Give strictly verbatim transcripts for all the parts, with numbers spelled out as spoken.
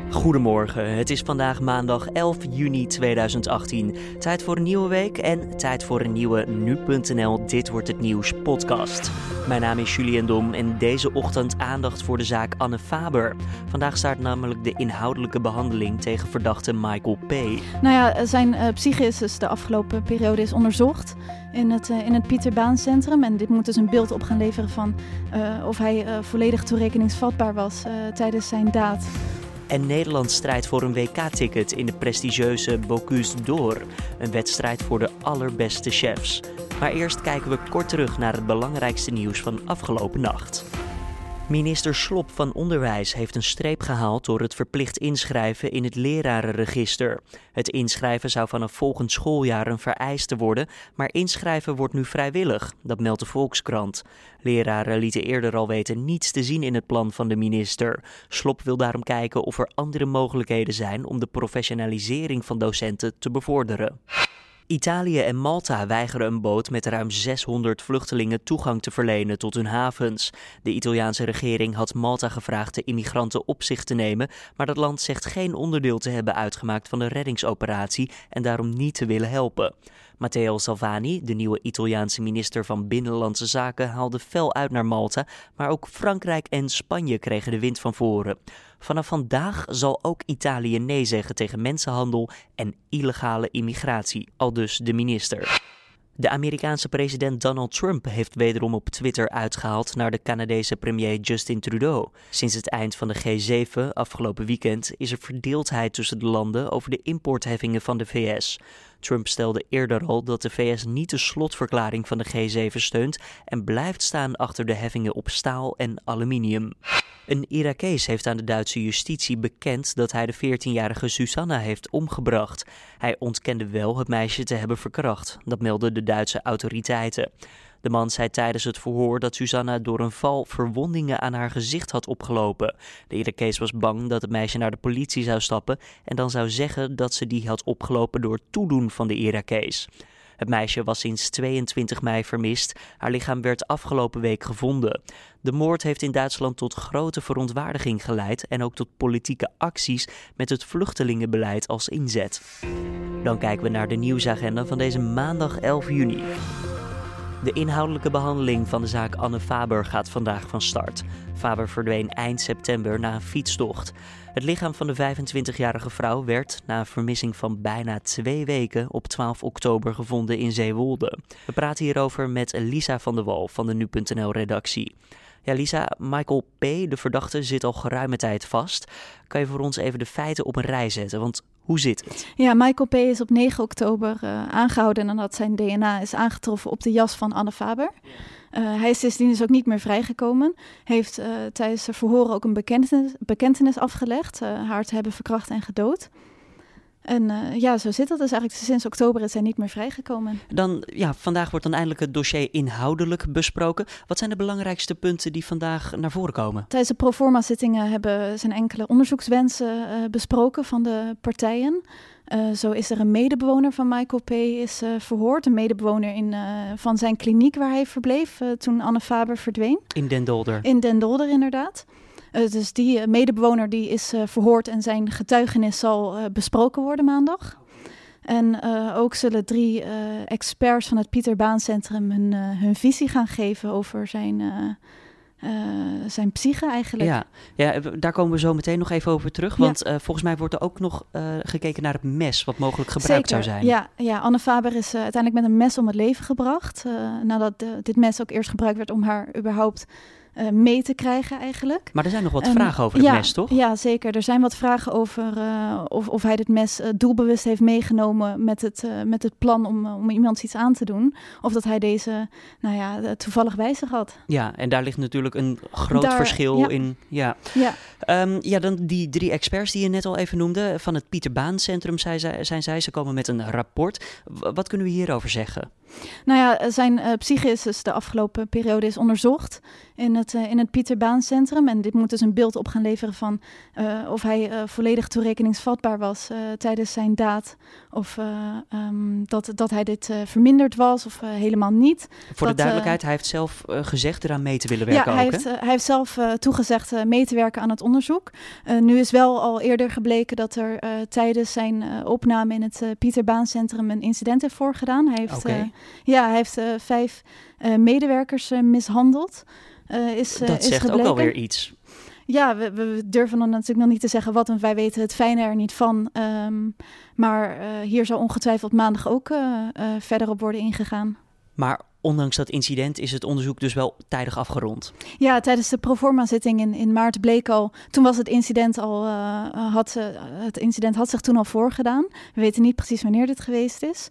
Goedemorgen, het is vandaag maandag elf juni tweeduizend achttien. Tijd voor een nieuwe week en tijd voor een nieuwe nu punt n l Dit Wordt Het Nieuws podcast. Mijn naam is Julien Dom en deze ochtend aandacht voor de zaak Anne Faber. Vandaag start namelijk de inhoudelijke behandeling tegen verdachte Michael P. Nou ja, zijn uh, psyche is dus de afgelopen periode is onderzocht in het, uh, in het Pieter Baan Centrum. En dit moet dus een beeld op gaan leveren van uh, of hij uh, volledig toerekeningsvatbaar was uh, tijdens zijn daad. En Nederland strijdt voor een W K-ticket in de prestigieuze Bocuse d'Or. Een wedstrijd voor de allerbeste chefs. Maar eerst kijken we kort terug naar het belangrijkste nieuws van afgelopen nacht. Minister Slop van Onderwijs heeft een streep gehaald door het verplicht inschrijven in het lerarenregister. Het inschrijven zou vanaf volgend schooljaar een vereiste worden, maar inschrijven wordt nu vrijwillig, dat meldt de Volkskrant. Leraren lieten eerder al weten niets te zien in het plan van de minister. Slop wil daarom kijken of er andere mogelijkheden zijn om de professionalisering van docenten te bevorderen. Italië en Malta weigeren een boot met ruim zeshonderd vluchtelingen toegang te verlenen tot hun havens. De Italiaanse regering had Malta gevraagd de immigranten op zich te nemen, maar dat land zegt geen onderdeel te hebben uitgemaakt van de reddingsoperatie en daarom niet te willen helpen. Matteo Salvini, de nieuwe Italiaanse minister van Binnenlandse Zaken, haalde fel uit naar Malta, maar ook Frankrijk en Spanje kregen de wind van voren. Vanaf vandaag zal ook Italië nee zeggen tegen mensenhandel en illegale immigratie, aldus de minister. De Amerikaanse president Donald Trump heeft wederom op Twitter uitgehaald naar de Canadese premier Justin Trudeau. Sinds het eind van de G zeven afgelopen weekend is er verdeeldheid tussen de landen over de importheffingen van de V S. Trump stelde eerder al dat de V S niet de slotverklaring van de G zeven steunt en blijft staan achter de heffingen op staal en aluminium. Een Irakees heeft aan de Duitse justitie bekend dat hij de veertienjarige Susanna heeft omgebracht. Hij ontkende wel het meisje te hebben verkracht, dat meldden de Duitse autoriteiten. De man zei tijdens het verhoor dat Susanna door een val verwondingen aan haar gezicht had opgelopen. De Irakees was bang dat het meisje naar de politie zou stappen en dan zou zeggen dat ze die had opgelopen door toedoen van de Irakees. Het meisje was sinds tweeëntwintig mei vermist. Haar lichaam werd afgelopen week gevonden. De moord heeft in Duitsland tot grote verontwaardiging geleid en ook tot politieke acties met het vluchtelingenbeleid als inzet. Dan kijken we naar de nieuwsagenda van deze maandag elf juni. De inhoudelijke behandeling van de zaak Anne Faber gaat vandaag van start. Faber verdween eind september na een fietstocht. Het lichaam van de vijfentwintigjarige vrouw werd, na een vermissing van bijna twee weken, op twaalf oktober gevonden in Zeewolde. We praten hierover met Lisa van der Wal van de nu punt n l redactie. Ja, Lisa, Michael P., de verdachte, zit al geruime tijd vast. Kan je voor ons even de feiten op een rij zetten? Want hoe zit het? Ja, Michael P. is op negen oktober uh, aangehouden nadat zijn D N A is aangetroffen op de jas van Anne Faber. Uh, hij is sindsdien dus ook niet meer vrijgekomen. Heeft uh, tijdens de verhoren ook een bekentenis, bekentenis afgelegd. Uh, haar te hebben verkracht en gedood. En uh, ja, zo zit dat dus eigenlijk. Sinds oktober is hij niet meer vrijgekomen. Dan, ja, vandaag wordt dan eindelijk het dossier inhoudelijk besproken. Wat zijn de belangrijkste punten die vandaag naar voren komen? Tijdens de proforma-zittingen hebben zijn enkele onderzoekswensen uh, besproken van de partijen. Uh, zo is er een medebewoner van Michael P. is uh, verhoord. Een medebewoner in, uh, van zijn kliniek waar hij verbleef uh, toen Anne Faber verdween. In Den Dolder. In Den Dolder, inderdaad. Uh, dus die uh, medebewoner die is uh, verhoord en zijn getuigenis zal uh, besproken worden maandag. En uh, ook zullen drie uh, experts van het Pieter Baan Centrum hun, uh, hun visie gaan geven over zijn, uh, uh, zijn psyche eigenlijk. Ja, ja, daar komen we zo meteen nog even over terug. Want ja. uh, volgens mij wordt er ook nog uh, gekeken naar het mes wat mogelijk gebruikt Zeker, zou zijn. Ja, ja, Anne Faber is uh, uiteindelijk met een mes om het leven gebracht. Uh, nadat uh, dit mes ook eerst gebruikt werd om haar überhaupt Uh, mee te krijgen eigenlijk. Maar er zijn nog wat um, vragen over het ja, mes, toch? Ja, zeker. Er zijn wat vragen over uh, of, of hij dit mes uh, doelbewust heeft meegenomen met het, uh, met het plan om, uh, om iemand iets aan te doen. Of dat hij deze nou ja, uh, toevallig bij zich had. Ja, en daar ligt natuurlijk een groot daar, verschil ja. in. Ja. Ja. Um, ja, dan die drie experts die je net al even noemde van het Pieter Baan Centrum zijn zij, zijn zij. Ze komen met een rapport. W- wat kunnen we hierover zeggen? Nou ja, zijn uh, psyche is dus de afgelopen periode is onderzocht in het, uh, in het Pieter Baan Centrum. En dit moet dus een beeld op gaan leveren van uh, of hij uh, volledig toerekeningsvatbaar was uh, tijdens zijn daad. Of uh, um, dat, dat hij dit uh, verminderd was of uh, helemaal niet. Voor dat, de duidelijkheid, uh, hij heeft zelf uh, gezegd eraan mee te willen werken ja, hij ook, heeft, hè? uh, hij heeft zelf uh, toegezegd uh, mee te werken aan het onderzoek. Uh, nu is wel al eerder gebleken dat er uh, tijdens zijn uh, opname in het uh, Pieter Baan Centrum een incident heeft voorgedaan. Hij heeft, okay. uh, ja, hij heeft uh, vijf uh, medewerkers uh, mishandeld. Uh, is, uh, dat is zegt gebleken. ook alweer iets. Ja, we, we durven dan natuurlijk nog niet te zeggen wat, want wij weten het fijne er niet van. Um, maar uh, hier zal ongetwijfeld maandag ook uh, uh, verder op worden ingegaan. Maar ondanks dat incident is het onderzoek dus wel tijdig afgerond. Ja, tijdens de proforma-zitting in, in maart bleek al, toen was het incident al, uh, had, uh, het incident had zich toen al voorgedaan. We weten niet precies wanneer dit geweest is.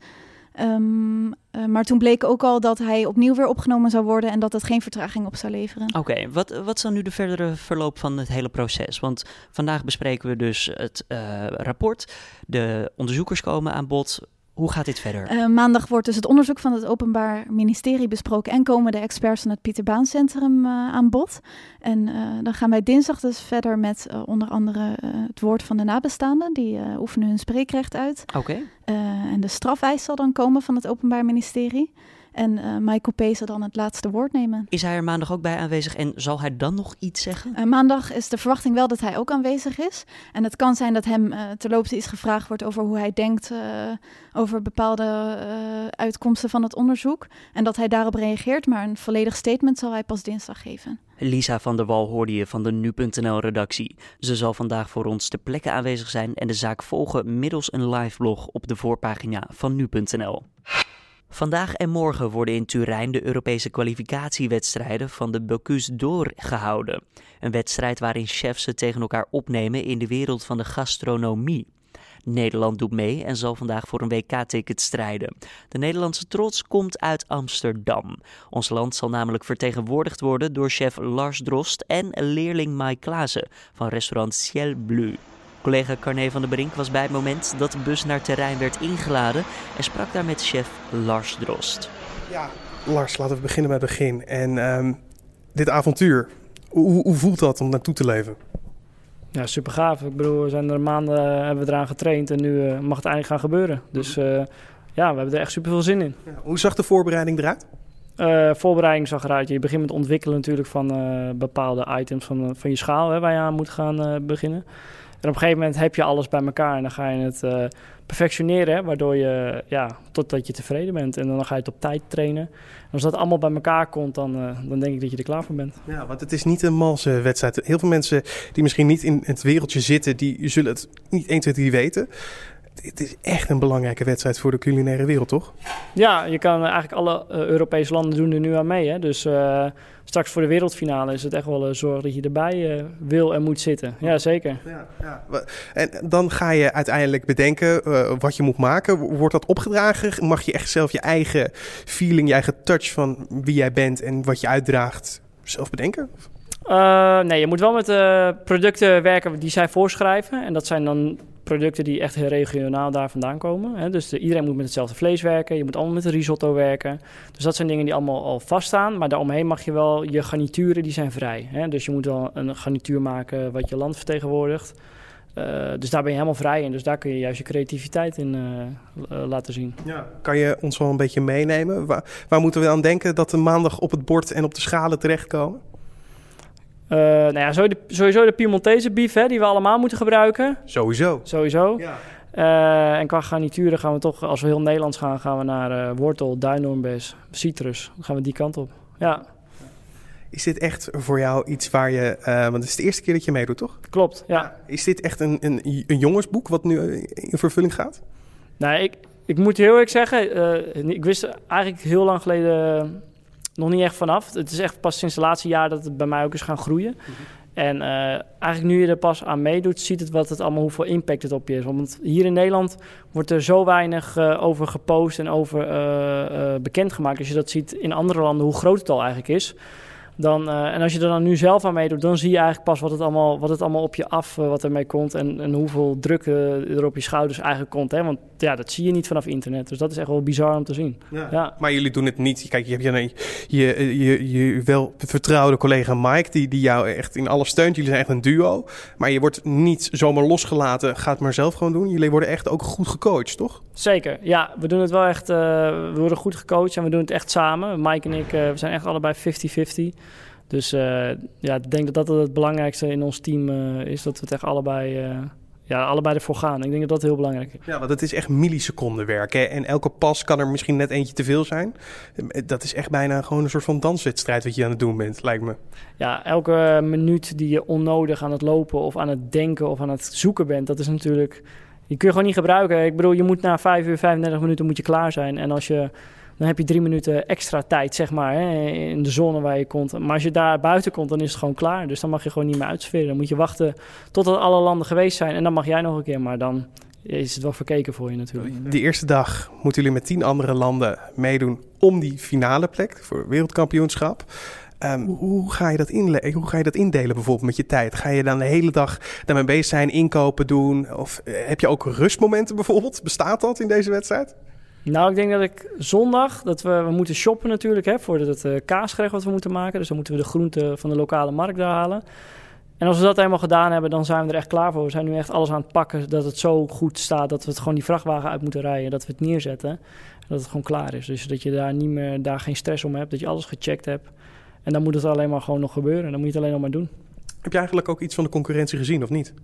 Um, uh, maar toen bleek ook al dat hij opnieuw weer opgenomen zou worden en dat het geen vertraging op zou leveren. Oké, okay, wat, wat is dan nu de verdere verloop van het hele proces? Want vandaag bespreken we dus het uh, rapport. De onderzoekers komen aan bod. Hoe gaat dit verder? Uh, maandag wordt dus het onderzoek van het Openbaar Ministerie besproken en komen de experts van het Pieter Baan Centrum uh, aan bod. En uh, dan gaan wij dinsdag dus verder met uh, onder andere uh, het woord van de nabestaanden. Die uh, oefenen hun spreekrecht uit. Oké. Okay. Uh, en de strafeis zal dan komen van het Openbaar Ministerie. En uh, Michael P. zal dan het laatste woord nemen. Is hij er maandag ook bij aanwezig en zal hij dan nog iets zeggen? Uh, maandag is de verwachting wel dat hij ook aanwezig is. En het kan zijn dat hem uh, terloops iets gevraagd wordt over hoe hij denkt uh, over bepaalde uh, uitkomsten van het onderzoek. En dat hij daarop reageert, maar een volledig statement zal hij pas dinsdag geven. Lisa van der Wal hoorde je van de nu punt n l-redactie. Ze zal vandaag voor ons ter plekke aanwezig zijn en de zaak volgen middels een live blog op de voorpagina van nu punt n l. Vandaag en morgen worden in Turijn de Europese kwalificatiewedstrijden van de Bocuse d'Or gehouden. Een wedstrijd waarin chefs het tegen elkaar opnemen in de wereld van de gastronomie. Nederland doet mee en zal vandaag voor een W K-ticket strijden. De Nederlandse trots komt uit Amsterdam. Ons land zal namelijk vertegenwoordigd worden door chef Lars Drost en leerling Mike Klaassen van restaurant Ciel Bleu. Collega Carné van der Brink was bij het moment dat de bus naar terrein werd ingeladen en sprak daar met chef Lars Drost. Ja, Lars, laten we beginnen bij het begin. En um, dit avontuur, hoe, hoe voelt dat om naartoe te leven? Ja, super gaaf. Ik bedoel, we zijn er maanden hebben we eraan getraind en nu uh, mag het eindelijk gaan gebeuren. Dus uh, ja, we hebben er echt super veel zin in. Ja, hoe zag de voorbereiding eruit? Uh, voorbereiding zag eruit. Je begint met het ontwikkelen natuurlijk van uh, bepaalde items van, uh, van je schaal, hè, waar je aan moet gaan uh, beginnen. En op een gegeven moment heb je alles bij elkaar en dan ga je het uh, perfectioneren, hè, waardoor je, ja, totdat je tevreden bent. En dan ga je het op tijd trainen. En als dat allemaal bij elkaar komt, dan, uh, dan denk ik dat je er klaar voor bent. Ja, want het is niet een malse wedstrijd. Heel veel mensen die misschien niet in het wereldje zitten, die zullen het niet één, twee, drie weten. Het is echt een belangrijke wedstrijd voor de culinaire wereld, toch? Ja, je kan eigenlijk alle uh, Europese landen doen er nu aan mee. Hè? Dus uh, straks voor de wereldfinale is het echt wel uh, zorgen dat je erbij uh, wil en moet zitten. Ja, zeker. Ja, ja. En dan ga je uiteindelijk bedenken uh, wat je moet maken. Wordt dat opgedragen? Mag je echt zelf je eigen feeling, je eigen touch van wie jij bent en wat je uitdraagt zelf bedenken? Uh, nee, je moet wel met uh, producten werken die zij voorschrijven. En dat zijn dan producten die echt heel regionaal daar vandaan komen. Hè? Dus de, iedereen moet met hetzelfde vlees werken. Je moet allemaal met een risotto werken. Dus dat zijn dingen die allemaal al vaststaan. Maar daaromheen mag je wel, je garnituren die zijn vrij. Hè? Dus je moet wel een garnituur maken wat je land vertegenwoordigt. Uh, dus daar ben je helemaal vrij in. Dus daar kun je juist je creativiteit in uh, uh, laten zien. Ja. Kan je ons wel een beetje meenemen? Waar, waar moeten we aan denken dat we maandag op het bord en op de schalen terechtkomen? Uh, nou ja, sowieso de Piemontese beef, hè, die we allemaal moeten gebruiken. Sowieso. Sowieso. Ja. Uh, en qua garnituren gaan we toch, als we heel Nederlands gaan, gaan we naar uh, wortel, duinhoornbes, citrus. Dan gaan we die kant op. Ja. Is dit echt voor jou iets waar je... Uh, want het is de eerste keer dat je meedoet, toch? Klopt, ja. ja. Is dit echt een, een, een jongensboek wat nu in vervulling gaat? Nou, ik, ik moet heel eerlijk zeggen, uh, ik wist eigenlijk heel lang geleden... Uh, nog niet echt vanaf. Het is echt pas sinds het laatste jaar dat het bij mij ook is gaan groeien. Mm-hmm. En uh, eigenlijk nu je er pas aan meedoet, ziet het wat het allemaal, hoeveel impact het op je is. Want hier in Nederland wordt er zo weinig uh, over gepost en over uh, uh, bekendgemaakt. Als je dat ziet in andere landen, hoe groot het al eigenlijk is. Dan, uh, en als je er dan nu zelf aan meedoet, dan zie je eigenlijk pas wat het allemaal, wat het allemaal op je af, uh, wat ermee komt en, en hoeveel druk uh, er op je schouders eigenlijk komt. Hè? Want ja, dat zie je niet vanaf internet. Dus dat is echt wel bizar om te zien. Ja. Ja. Maar jullie doen het niet. Kijk, je hebt je, je, je, je wel vertrouwde collega Mike, die, die jou echt in alles steunt. Jullie zijn echt een duo. Maar je wordt niet zomaar losgelaten. Ga het maar zelf gewoon doen. Jullie worden echt ook goed gecoacht, toch? Zeker, ja. We doen het wel echt, uh, we worden goed gecoacht en we doen het echt samen. Mike en ik, uh, we zijn echt allebei vijftig vijftig. Dus uh, ja, ik denk dat dat het belangrijkste in ons team uh, is. Dat we het echt allebei, uh, ja, allebei ervoor gaan. Ik denk dat dat heel belangrijk is. Ja, want het is echt milliseconden werk. Hè? En elke pas kan er misschien net eentje te veel zijn. Dat is echt bijna gewoon een soort van danswedstrijd wat je aan het doen bent, lijkt me. Ja, elke minuut die je onnodig aan het lopen of aan het denken of aan het zoeken bent, dat is natuurlijk... Die kun je gewoon niet gebruiken. Ik bedoel, je moet na vijf uur, vijfendertig minuten moet je klaar zijn. En als je... Dan heb je drie minuten extra tijd, zeg maar, hè, in de zone waar je komt. Maar als je daar buiten komt, dan is het gewoon klaar. Dus dan mag je gewoon niet meer uitserveren. Dan moet je wachten totdat alle landen geweest zijn. En dan mag jij nog een keer. Maar dan is het wel verkeken voor je natuurlijk. Die eerste dag moeten jullie met tien andere landen meedoen om die finale plek voor het wereldkampioenschap. Um, hoe, ga je dat inle- hoe ga je dat indelen bijvoorbeeld met je tijd? Ga je dan de hele dag daarmee bezig zijn, inkopen doen? Of uh, heb je ook rustmomenten bijvoorbeeld? Bestaat dat in deze wedstrijd? Nou, ik denk dat ik zondag, dat we, we moeten shoppen natuurlijk, hè, voor het uh, kaasgerecht wat we moeten maken. Dus dan moeten we de groenten van de lokale markt daar halen. En als we dat helemaal gedaan hebben, dan zijn we er echt klaar voor. We zijn nu echt alles aan het pakken, dat het zo goed staat, dat we het gewoon die vrachtwagen uit moeten rijden, dat we het neerzetten en dat het gewoon klaar is. Dus dat je daar niet meer, daar geen stress om hebt, dat je alles gecheckt hebt. En dan moet het alleen maar gewoon nog gebeuren. Dan moet je het alleen nog maar doen. Heb je eigenlijk ook iets van de concurrentie gezien of niet?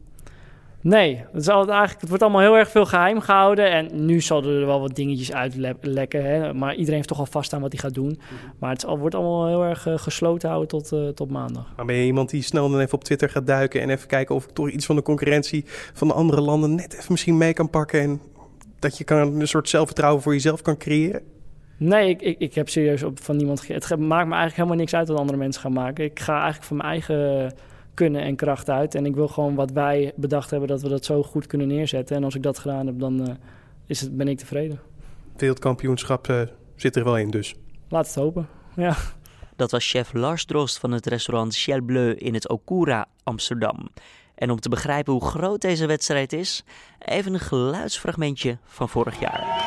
Nee, het, is altijd eigenlijk, het wordt allemaal heel erg veel geheim gehouden. En nu zal er wel wat dingetjes uitlekken. Hè? Maar iedereen heeft toch al vast aan wat hij gaat doen. Maar het wordt allemaal heel erg uh, gesloten houden tot, uh, tot maandag. Maar ben je iemand die snel dan even op Twitter gaat duiken en even kijken of ik toch iets van de concurrentie van de andere landen net even misschien mee kan pakken en dat je kan een soort zelfvertrouwen voor jezelf kan creëren? Nee, ik, ik, ik heb serieus op van niemand... Ge- het maakt me eigenlijk helemaal niks uit wat andere mensen gaan maken. Ik ga eigenlijk van mijn eigen kunnen en kracht uit. En ik wil gewoon wat wij bedacht hebben, dat we dat zo goed kunnen neerzetten. En als ik dat gedaan heb, dan uh, is het, ben ik tevreden. Het wereldkampioenschap uh, zit er wel in dus. Laat het hopen, ja. Dat was chef Lars Drost van het restaurant Ciel Bleu in het Okura, Amsterdam. En om te begrijpen hoe groot deze wedstrijd is, even een geluidsfragmentje van vorig jaar.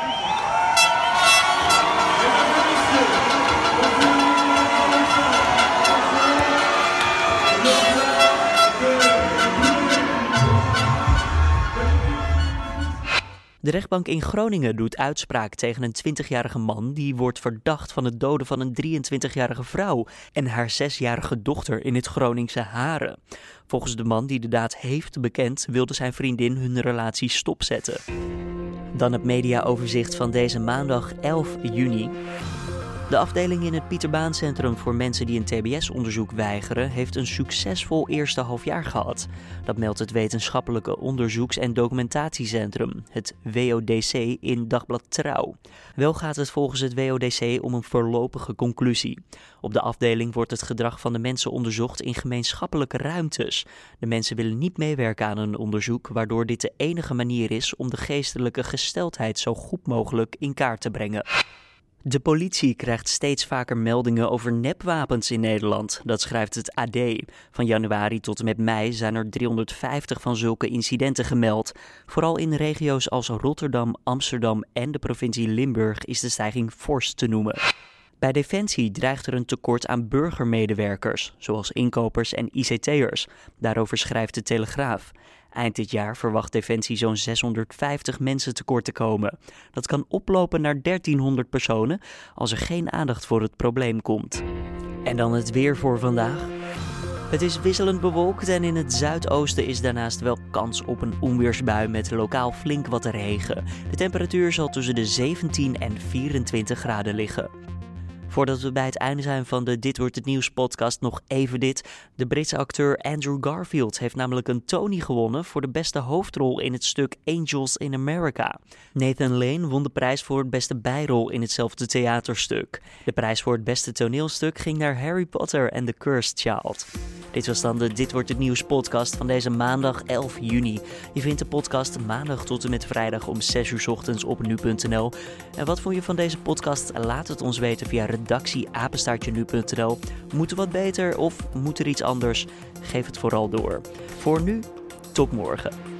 De rechtbank in Groningen doet uitspraak tegen een twintigjarige man die wordt verdacht van het doden van een drieëntwintigjarige vrouw en haar zesjarige dochter in het Groningse Haren. Volgens de man die de daad heeft bekend wilde zijn vriendin hun relatie stopzetten. Dan het mediaoverzicht van deze maandag elf juni. De afdeling in het Pieter Baan Centrum voor mensen die een T B S-onderzoek weigeren heeft een succesvol eerste halfjaar gehad. Dat meldt het Wetenschappelijke Onderzoeks- en Documentatiecentrum, het W O D C, in Dagblad Trouw. Wel gaat het volgens het W O D C om een voorlopige conclusie. Op de afdeling wordt het gedrag van de mensen onderzocht in gemeenschappelijke ruimtes. De mensen willen niet meewerken aan een onderzoek, waardoor dit de enige manier is om de geestelijke gesteldheid zo goed mogelijk in kaart te brengen. De politie krijgt steeds vaker meldingen over nepwapens in Nederland. Dat schrijft het A D. Van januari tot en met mei zijn er driehonderdvijftig van zulke incidenten gemeld. Vooral in regio's als Rotterdam, Amsterdam en de provincie Limburg is de stijging fors te noemen. Bij Defensie dreigt er een tekort aan burgermedewerkers, zoals inkopers en I C T'ers. Daarover schrijft de Telegraaf. Eind dit jaar verwacht Defensie zo'n zeshonderdvijftig mensen tekort te komen. Dat kan oplopen naar dertienhonderd personen als er geen aandacht voor het probleem komt. En dan het weer voor vandaag. Het is wisselend bewolkt en in het zuidoosten is daarnaast wel kans op een onweersbui met lokaal flink wat regen. De temperatuur zal tussen de zeventien en vierentwintig graden liggen. Voordat we bij het einde zijn van de Dit Wordt Het Nieuws podcast nog even dit. De Britse acteur Andrew Garfield heeft namelijk een Tony gewonnen voor de beste hoofdrol in het stuk Angels in America. Nathan Lane won de prijs voor het beste bijrol in hetzelfde theaterstuk. De prijs voor het beste toneelstuk ging naar Harry Potter and the Cursed Child. Dit was dan de Dit Wordt Het Nieuws podcast van deze maandag elf juni. Je vindt de podcast maandag tot en met vrijdag om zes uur 's ochtends op nu punt n l. En wat vond je van deze podcast? Laat het ons weten via redactie apenstaartje nu punt n l. Moet er wat beter of moet er iets anders? Geef het vooral door. Voor nu, tot morgen.